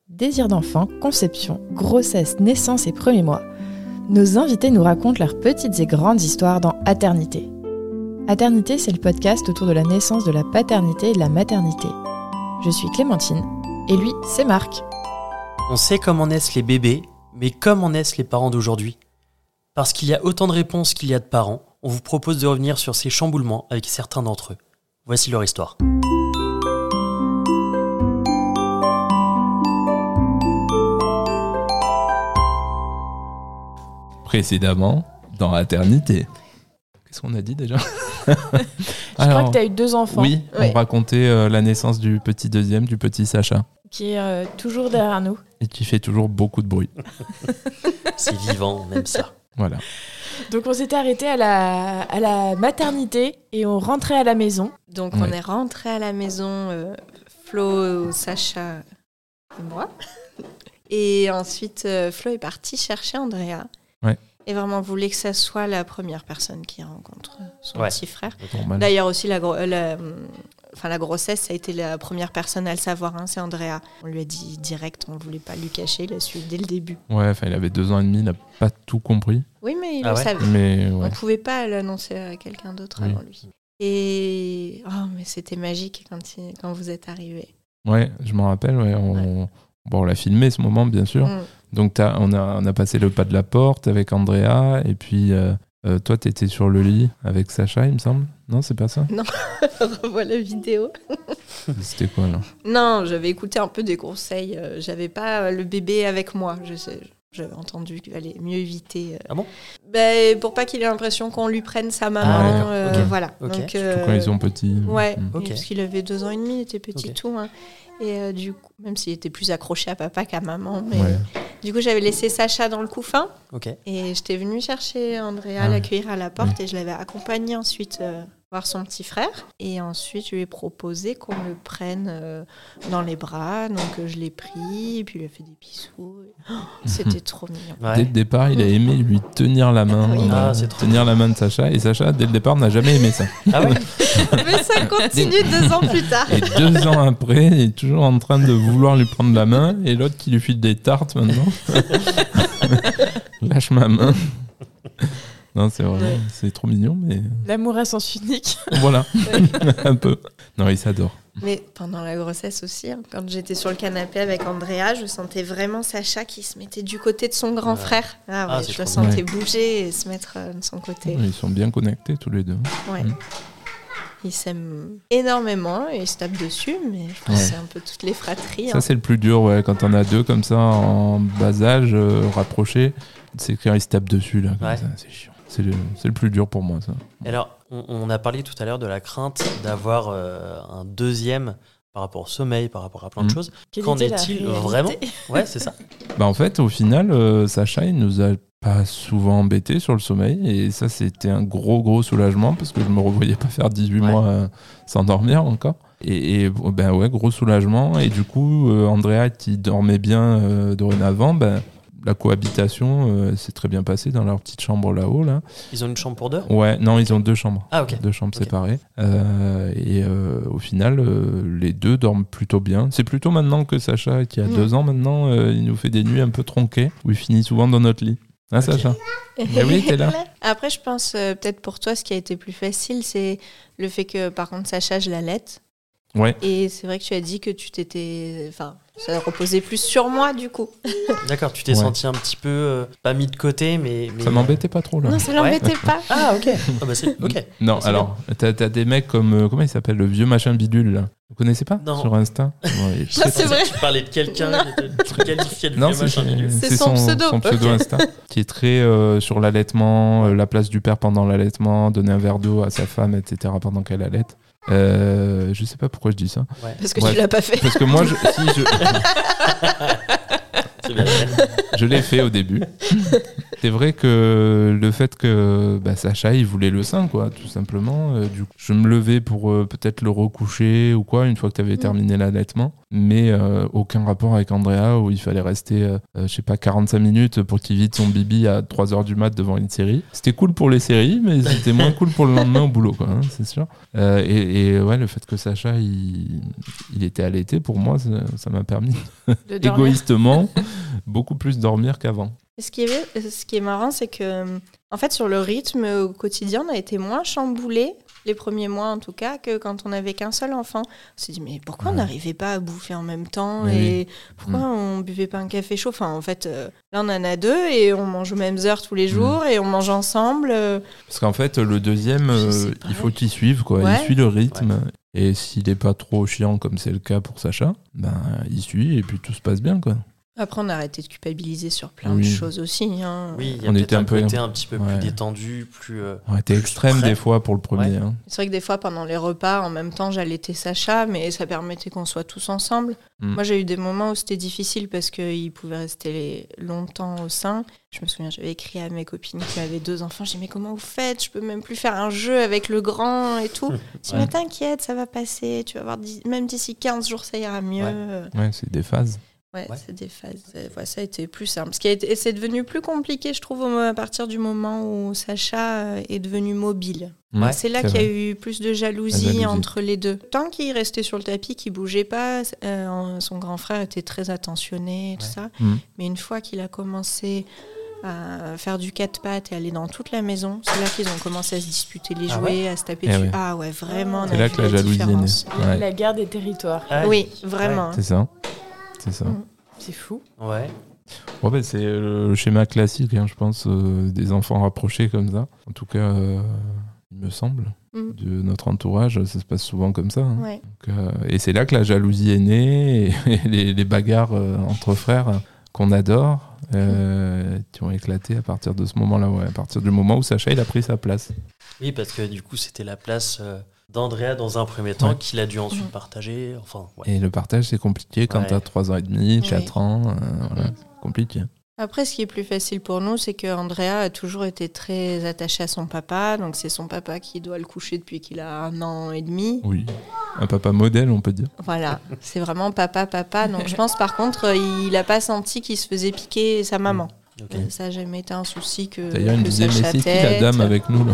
Désir d'enfant, conception, grossesse, naissance et premiers mois. Nos invités nous racontent leurs petites et grandes histoires dans Aternité. Aternité, c'est le podcast autour de la naissance, de la paternité et de la maternité. Je suis Clémentine, et lui, c'est Marc. On sait comment naissent les bébés, mais comment naissent les parents d'aujourd'hui ? Parce qu'il y a autant de réponses qu'il y a de parents, on vous propose de revenir sur ces chamboulements avec certains d'entre eux. Voici leur histoire. Précédemment, dans Aternité. Qu'est-ce qu'on a dit déjà ? Je crois que tu as eu 2 enfants. Oui, Ouais. on racontait la naissance du petit deuxième, du petit Sacha. Qui est toujours derrière nous. Et qui fait toujours beaucoup de bruit. C'est vivant, même ça. Voilà. Donc on s'était arrêté à la maternité et on rentrait à la maison. Donc on est rentré à la maison, Flo, Sacha et moi. Et ensuite, Flo est parti chercher Andrea. Ouais. Et vraiment voulait que ça soit la première personne qui rencontre son petit frère. Normal. D'ailleurs aussi, la grossesse, ça a été la première personne à le savoir, hein, c'est Andrea. On lui a dit direct, on ne voulait pas lui cacher, il a su dès le début. Ouais, il avait 2 ans et demi, il n'a pas tout compris. Oui, mais il Ah le ouais. savait. Mais On ouais. ne pouvait pas l'annoncer à quelqu'un d'autre Oui. avant lui. Et mais c'était magique quand vous êtes arrivés. Ouais, je m'en rappelle, ouais, on l'a filmé ce moment, bien sûr. Donc on a passé le pas de la porte avec Andrea, et puis toi, t'étais sur le lit avec Sacha, il me semble. Non, c'est pas ça ? Revois la vidéo. C'était quoi, là ? Non, j'avais écouté un peu des conseils. J'avais pas le bébé avec moi. J'avais entendu qu'il fallait mieux éviter. Ah bon ? Pour pas qu'il ait l'impression qu'on lui prenne sa Ah, maman. d'accord. Ok. Voilà. Ok. Donc, Surtout quand ils sont petits. Ouais, Ok. parce qu'il avait 2 ans et demi, il était petit Ok. tout. Hein. Et du coup, même s'il était plus accroché à papa qu'à maman. Mais Ouais. du coup, j'avais laissé Sacha dans le couffin. Ok. Et j'étais venue chercher Andrea, Ah. l'accueillir à la porte. Et je l'avais accompagné ensuite voir son petit frère. Et ensuite, je lui ai proposé qu'on le prenne dans les bras. Donc, je l'ai pris. Et puis, il lui a fait des bisous. C'était trop mignon. Ouais. Dès le départ, il a aimé lui tenir la main. Oui. Ah, c'est trop tenir la main de Sacha. Et Sacha, dès le départ, n'a jamais aimé ça. Ah ouais ? Mais ça continue 2 ans plus tard. Et 2 ans après, il est toujours en train de vouloir lui prendre la main. Et l'autre qui lui file des tartes maintenant. Lâche ma main. Non, c'est vrai, Ouais. c'est trop mignon, mais L'amour à sens unique. voilà, un peu. Non, il s'adore. Mais pendant la grossesse aussi, hein, quand j'étais sur le canapé avec Andrea, je sentais vraiment Sacha qui se mettait du côté de son grand Ouais. frère. Ah, Je c'est le trop sentais bien. bouger et se mettre de son côté. Ils sont bien connectés tous les deux. Ouais. Mm. Ils s'aiment énormément et ils se tapent dessus, mais je pense Ouais. que c'est un peu toutes les fratries. Ça, hein. c'est le plus dur, ouais, quand on a 2 comme ça, en bas âge, rapprochés, c'est quand ils se tapent dessus, là, comme Ouais. ça, c'est chiant. C'est le plus dur pour moi, ça. Et alors, on a parlé tout à l'heure de la crainte d'avoir un deuxième par rapport au sommeil, par rapport à plein de choses. Quelle Qu'en était la est-il réalité vraiment ? Ouais, c'est ça. Bah, en fait, au final, Sacha, il nous a pas souvent embêtés sur le sommeil, et ça, c'était un gros soulagement, parce que je me revoyais pas faire 18 Ouais. mois sans dormir encore. Et ben ouais, gros soulagement. Et du coup, Andrea, qui dormait bien dorénavant, ben, la cohabitation s'est très bien passée dans leur petite chambre là-haut, là. Ils ont une chambre pour 2 ? Ouais, non, ils ont 2 chambres. Ah, ok. 2 chambres Ok. séparées. Au final, les 2 dorment plutôt bien. C'est plutôt maintenant que Sacha, qui a 2 ans maintenant, il nous fait des nuits un peu tronquées, où il finit souvent dans notre lit. Hein, Ok. Sacha ? Eh oui, t'es là. Après, je pense peut-être pour toi, ce qui a été plus facile, c'est le fait que, par contre, Sacha, je l'allaite. Ouais. Et c'est vrai que tu as dit que tu t'étais... Enfin, ça reposait plus sur moi, du coup. D'accord, tu t'es Ouais. senti un petit peu, pas mis de côté, mais... Ça m'embêtait pas trop, là. Non, ça l'embêtait pas. Ah, ok. Ah, bah c'est... Ok. Non, C'est alors, t'as des mecs comme... comment il s'appelle ? Le vieux machin bidule, là. Vous connaissez pas ? Non. Sur Insta ? Ouais, il est très, c'est vrai. Tu parlais de quelqu'un Non. qui te qualifiait de Non, vieux machin bidule. C'est son pseudo. Son pseudo Ok. Insta, qui est très sur l'allaitement, la place du père pendant l'allaitement, donner un verre d'eau à sa femme, etc. pendant qu'elle allaite. Je sais pas pourquoi je dis ça. Ouais, Parce que Ouais. tu l'as pas fait. Parce que moi, c'est bien fait. je l'ai fait au début. c'est vrai que le fait que Sacha, il voulait le sein, quoi, tout simplement. Du coup, je me levais pour peut-être le recoucher ou quoi, une fois que tu avais terminé l'allaitement. Mais aucun rapport avec Andrea où il fallait rester, 45 minutes pour qu'il vide son bibi à 3h du mat devant une série. C'était cool pour les séries, mais c'était moins cool pour le lendemain au boulot, quoi, hein, c'est sûr. Et ouais, le fait que Sacha, il était allaité, pour moi, ça m'a permis, égoïstement, beaucoup plus dormir qu'avant. Ce qui est marrant, c'est que, en fait, sur le rythme au quotidien, on a été moins chamboulés, les premiers mois en tout cas, que quand on n'avait qu'un seul enfant. On s'est dit, mais pourquoi on n'arrivait pas à bouffer en même temps et pourquoi on buvait pas un café chaud? Enfin, en fait, là, on en a 2 et on mange aux mêmes heures tous les jours et on mange ensemble. Parce qu'en fait, le deuxième, il faut qu'il suive, quoi. Ouais. Il suit le rythme. Ouais. Et s'il n'est pas trop chiant, comme c'est le cas pour Sacha, il suit et puis tout se passe bien, quoi. Après, on a arrêté de culpabiliser sur plein de choses aussi. Hein. Oui, il y a peut-être un côté un petit peu plus détendu, plus... on était extrême des fois pour le premier. Ouais. Hein. C'est vrai que des fois, pendant les repas, en même temps, j'allaitais Sacha, mais ça permettait qu'on soit tous ensemble. Moi, j'ai eu des moments où c'était difficile parce qu'il pouvait rester longtemps au sein. Je me souviens, j'avais écrit à mes copines qui avaient 2 enfants. J'ai dit, mais comment vous faites? Je peux même plus faire un jeu avec le grand et tout. Je dis, mais t'inquiète, ça va passer. Tu vas voir, même d'ici 15 jours, ça ira mieux. Ouais, c'est des phases. Ouais, c'est des phases. Ça a été plus simple. C'est devenu plus compliqué, je trouve, à partir du moment où Sacha est devenu mobile. Ouais, c'est là qu'il y a eu plus de jalousie entre les deux. Tant qu'il restait sur le tapis, qu'il ne bougeait pas, son grand frère était très attentionné, tout ça. Mais une fois qu'il a commencé à faire du 4 pattes et aller dans toute la maison, c'est là qu'ils ont commencé à se disputer les jouets, à se taper dessus. Ah ouais, vraiment. C'est là que la jalousie est née. Ouais. La guerre des territoires. Oui, vraiment. C'est ça. C'est ça. C'est fou. Ouais. C'est le schéma classique, hein, je pense, des enfants rapprochés comme ça. En tout cas, il me semble, de notre entourage, ça se passe souvent comme ça. Hein. Ouais. Donc, et c'est là que la jalousie est née, et les bagarres entre frères qu'on adore, qui ont éclaté à partir de ce moment-là, à partir du moment où Sacha il a pris sa place. Oui, parce que du coup, c'était la place... d'Andrea dans un premier temps qu'il a dû ensuite partager. Et le partage, c'est compliqué quand t'as 3 ans et demi, 4 ans. C'est compliqué. Après, ce qui est plus facile pour nous, c'est qu'Andrea a toujours été très attaché à son papa. Donc, c'est son papa qui doit le coucher depuis qu'il a 1 an et demi. Oui, un papa modèle, on peut dire. Voilà, c'est vraiment papa. Donc, je pense, par contre, il n'a pas senti qu'il se faisait piquer sa maman. Okay. Ça n'a jamais été un souci que d'ailleurs, il me disait, mais c'est qui la dame avec nous là?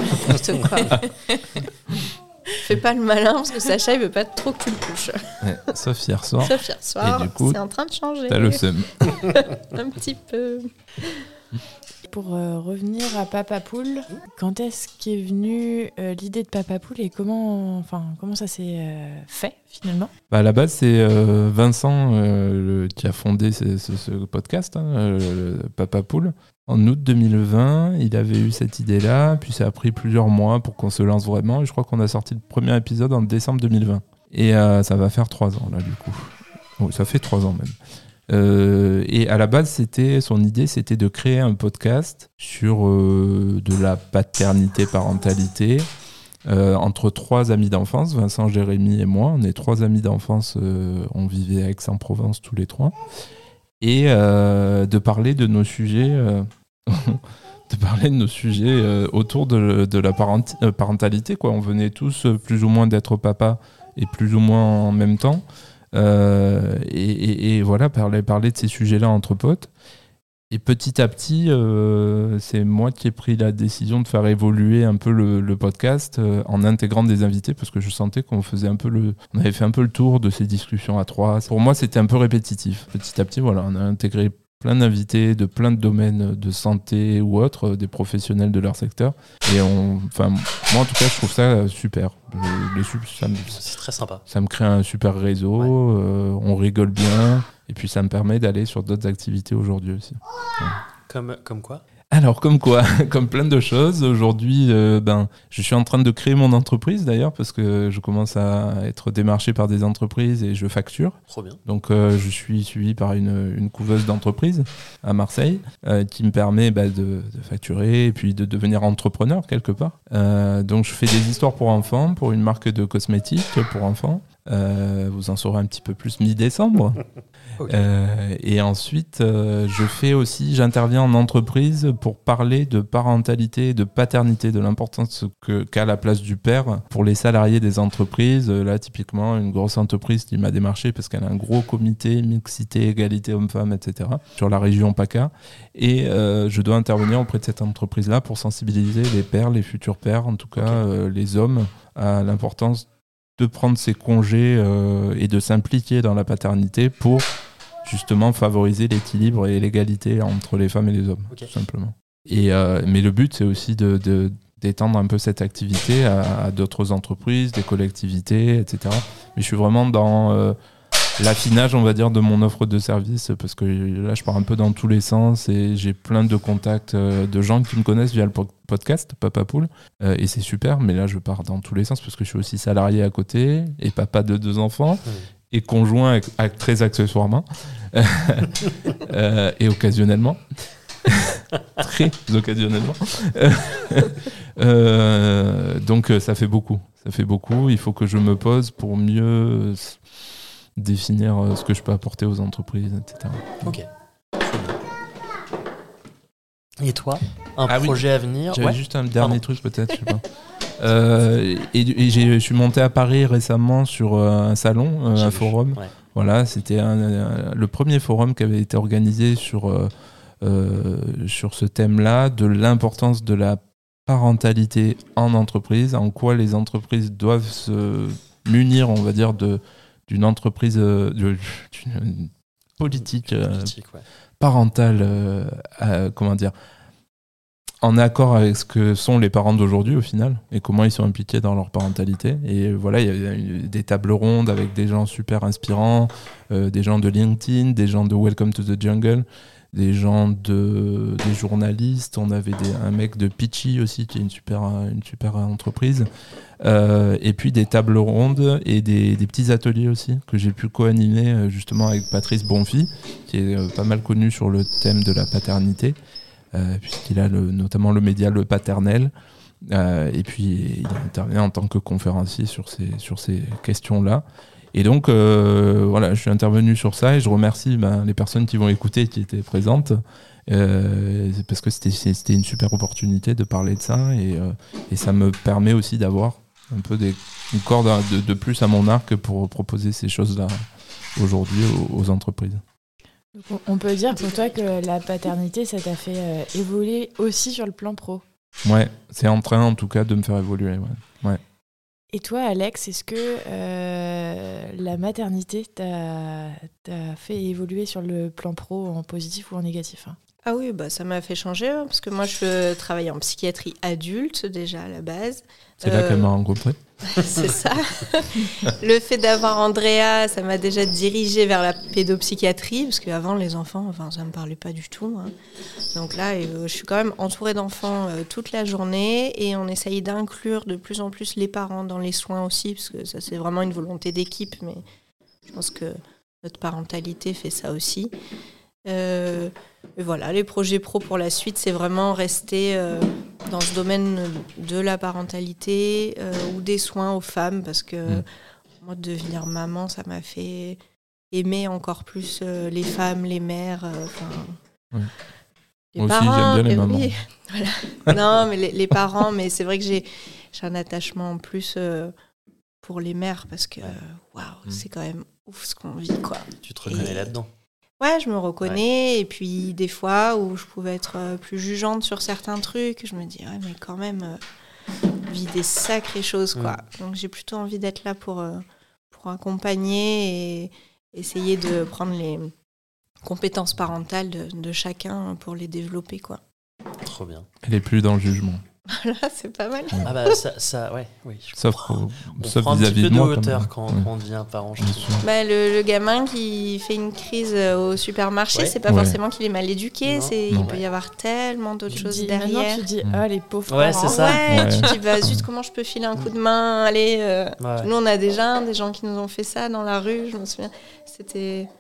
Fais pas le malin parce que Sacha il veut pas trop que tu le couches. Sauf hier soir. Et du coup, c'est en train de changer. T'as le seum. Un petit peu. Pour revenir à Papa Poule, quand est-ce qu'est venue l'idée de Papa Poule et comment ça s'est fait finalement? À la base, c'est Vincent qui a fondé ce podcast, le Papa Poule. En août 2020, il avait eu cette idée-là, puis ça a pris plusieurs mois pour qu'on se lance vraiment, et je crois qu'on a sorti le premier épisode en décembre 2020. Et ça va faire 3 ans, là, du coup. Oh, ça fait 3 ans même. Et à la base, son idée, c'était de créer un podcast sur de la paternité-parentalité entre 3 amis d'enfance, Vincent, Jérémy et moi. On est 3 amis d'enfance, on vivait à Aix-en-Provence tous les 3. Et de parler de nos sujets, autour de la parentalité, quoi. On venait tous plus ou moins d'être papa et plus ou moins en même temps. Et voilà, parler de ces sujets-là entre potes. Et petit à petit, c'est moi qui ai pris la décision de faire évoluer un peu le podcast en intégrant des invités parce que je sentais qu'on faisait on avait fait un peu le tour de ces discussions à 3. Pour moi, c'était un peu répétitif. Petit à petit, voilà, on a intégré plein d'invités de plein de domaines de santé ou autres, des professionnels de leur secteur. Et moi, en tout cas, je trouve ça super. C'est très sympa. Ça me crée un super réseau, on rigole bien. Et puis ça me permet d'aller sur d'autres activités aujourd'hui aussi. Ouais. Comme quoi ? Alors, comme quoi ? Comme plein de choses. Aujourd'hui, je suis en train de créer mon entreprise d'ailleurs parce que je commence à être démarché par des entreprises et je facture. Trop bien. Donc, je suis suivi par une couveuse d'entreprise à Marseille qui me permet de facturer et puis de devenir entrepreneur quelque part. Donc, je fais des histoires pour enfants, pour une marque de cosmétiques pour enfants. Vous en saurez un petit peu plus mi-décembre. Okay. Et ensuite, j'interviens en entreprise pour parler de parentalité et de paternité, de l'importance qu'a la place du père pour les salariés des entreprises. Là, typiquement, une grosse entreprise qui m'a démarché parce qu'elle a un gros comité mixité, égalité homme-femme, etc. sur la région PACA. Et je dois intervenir auprès de cette entreprise-là pour sensibiliser les pères, les futurs pères, en tout cas les hommes, à l'importance de prendre ses congés et de s'impliquer dans la paternité pour justement favoriser l'équilibre et l'égalité entre les femmes et les hommes, tout simplement. Mais le but, c'est aussi d'étendre un peu cette activité à d'autres entreprises, des collectivités, etc. Mais je suis vraiment dans l'affinage, on va dire, de mon offre de service, parce que là, je pars un peu dans tous les sens et j'ai plein de contacts de gens qui me connaissent via le podcast Papa Poule, et c'est super. Mais là, je pars dans tous les sens parce que je suis aussi salarié à côté et papa de 2 enfants. Et conjoint très accessoirement et occasionnellement. Très occasionnellement. Donc ça fait beaucoup. Il faut que je me pose pour mieux définir ce que je peux apporter aux entreprises, etc. Ok. Et toi, projet à venir? J'avais juste un dernier truc peut-être, je sais pas. Je suis monté à Paris récemment sur un salon, un forum. Ouais. Voilà, c'était le premier forum qui avait été organisé sur ce thème-là, de l'importance de la parentalité en entreprise, en quoi les entreprises doivent se munir, on va dire, d'une entreprise, d'une politique parentale, comment dire, en accord avec ce que sont les parents d'aujourd'hui au final et comment ils sont impliqués dans leur parentalité. Et voilà, il y a des tables rondes avec des gens super inspirants, des gens de LinkedIn, des gens de Welcome to the Jungle, des journalistes. On avait un mec de Pitchy aussi qui est une super entreprise. Et puis des tables rondes et des petits ateliers aussi que j'ai pu co-animer justement avec Patrice Bonfi, qui est pas mal connu sur le thème de la paternité. Puisqu'il a notamment le média Le Paternel, et puis il intervient en tant que conférencier sur ces questions-là. Et donc voilà, je suis intervenu sur ça et je remercie les personnes qui vont écouter, qui étaient présentes, parce que c'était une super opportunité de parler de ça, et ça me permet aussi d'avoir un peu une corde de plus à mon arc pour proposer ces choses-là aujourd'hui aux entreprises. On peut dire pour toi que la paternité, ça t'a fait évoluer aussi sur le plan pro. Ouais, c'est en train en tout cas de me faire évoluer. Ouais. Et toi, Alex, est-ce que la maternité t'a fait évoluer sur le plan pro en positif ou en négatif, hein ? Ah oui, ça m'a fait changer, parce que moi je travaille en psychiatrie adulte déjà à la base. C'est là qu'elle m'a rencontré. C'est ça. Le fait d'avoir Andrea, ça m'a déjà dirigée vers la pédopsychiatrie, parce qu'avant les enfants, ça ne me parlait pas du tout. Hein. Donc là, je suis quand même entourée d'enfants toute la journée, et on essaye d'inclure de plus en plus les parents dans les soins aussi, parce que ça c'est vraiment une volonté d'équipe, mais je pense que notre parentalité fait ça aussi. Et voilà, les projets pro pour la suite, c'est vraiment rester dans ce domaine de la parentalité ou des soins aux femmes, parce que moi, devenir maman, ça m'a fait aimer encore plus les femmes, les mères, les moi parents. aussi, j'aime bien les mamans. Oui, voilà. Non, mais les parents, mais c'est vrai que j'ai un attachement en plus pour les mères, parce que c'est quand même ouf ce qu'on vit, quoi. Tu te reconnais là-dedans? Ouais, je me reconnais, et puis des fois où je pouvais être plus jugeante sur certains trucs, je me dis, mais quand même, on vit des sacrées choses, quoi. Donc j'ai plutôt envie d'être là pour accompagner et essayer de prendre les compétences parentales de chacun pour les développer, quoi. Trop bien. Elle est plus dans le jugement. Voilà, c'est pas mal. Ah ça ouais, oui. Sauf on prend un petit peu de hauteur quand on devient parent. Le gamin qui fait une crise au supermarché, c'est pas forcément qu'il est mal éduqué, il peut y avoir tellement d'autres choses derrière. Maintenant, tu dis, les pauvres parents. C'est ça. Tu dis, zut, comment je peux filer un coup de main, allez. Nous, on a déjà des gens qui nous ont fait ça dans la rue, je me souviens. C'était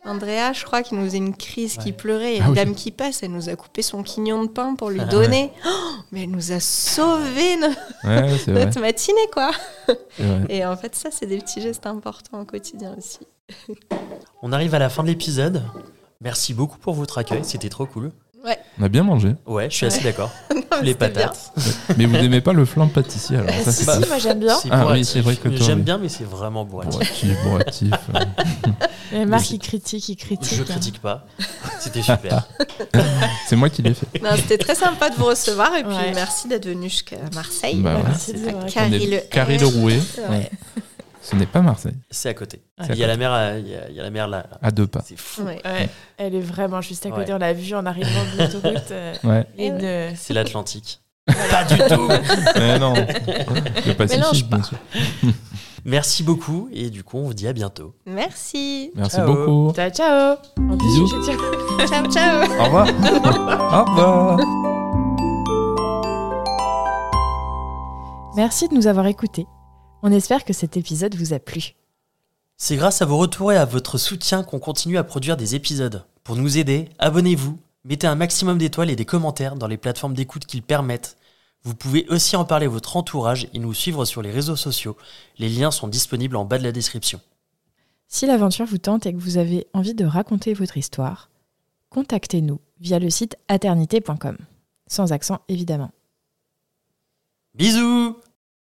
Andrea, je crois qu'il nous faisait une crise, qui pleurait. Il y a Ah une oui. dame qui passe, elle nous a coupé son quignon de pain pour lui donner. Oh, mais elle nous a sauvé Ouais, c'est vrai. notre matinée, quoi. C'est vrai. Et en fait, ça, c'est des petits gestes importants au quotidien aussi. On arrive à la fin de l'épisode. Merci beaucoup pour votre accueil, c'était trop cool. On a bien mangé. Ouais, je suis assez d'accord. Non, mais Les c'était bien. patates. Mais vous n'aimez pas le flan pâtissier alors ça, Si, c'est si, moi j'aime bien. C'est Ah oui, bourratif. c'est vrai que toi, J'aime oui. bien, mais c'est vraiment bourratif. bourratif. Et Marc, il critique. Je critique pas. C'était super. C'est moi qui l'ai fait. Non, c'était très sympa de vous recevoir et puis Ouais. merci d'être venu jusqu'à Marseille. Bah ouais. Merci de nous avoir Carré raconté. le Carré R. de Rouet. Ouais. Ce n'est pas Marseille. C'est à côté. Ouais. Il y a la mer, il y a la mer là. À 2 pas. C'est fou. Ouais. Ouais, elle est vraiment juste à côté. Ouais. On l'a vu en arrivant de l'autoroute. Ouais. C'est l'Atlantique. Pas du tout. Mais non. Le Mélange Pacifique, pas. bien sûr. Merci beaucoup et du coup on vous dit à bientôt. Merci. Merci Ciao. beaucoup. Ciao, ciao. En plus, Bisous. je tiens- Ciao, ciao. Au revoir. Au revoir. Merci de nous avoir écoutés. On espère que cet épisode vous a plu. C'est grâce à vos retours et à votre soutien qu'on continue à produire des épisodes. Pour nous aider, abonnez-vous, mettez un maximum d'étoiles et des commentaires dans les plateformes d'écoute qui le permettent. Vous pouvez aussi en parler à votre entourage et nous suivre sur les réseaux sociaux. Les liens sont disponibles en bas de la description. Si l'aventure vous tente et que vous avez envie de raconter votre histoire, contactez-nous via le site aternité.com. Sans accent, évidemment. Bisous!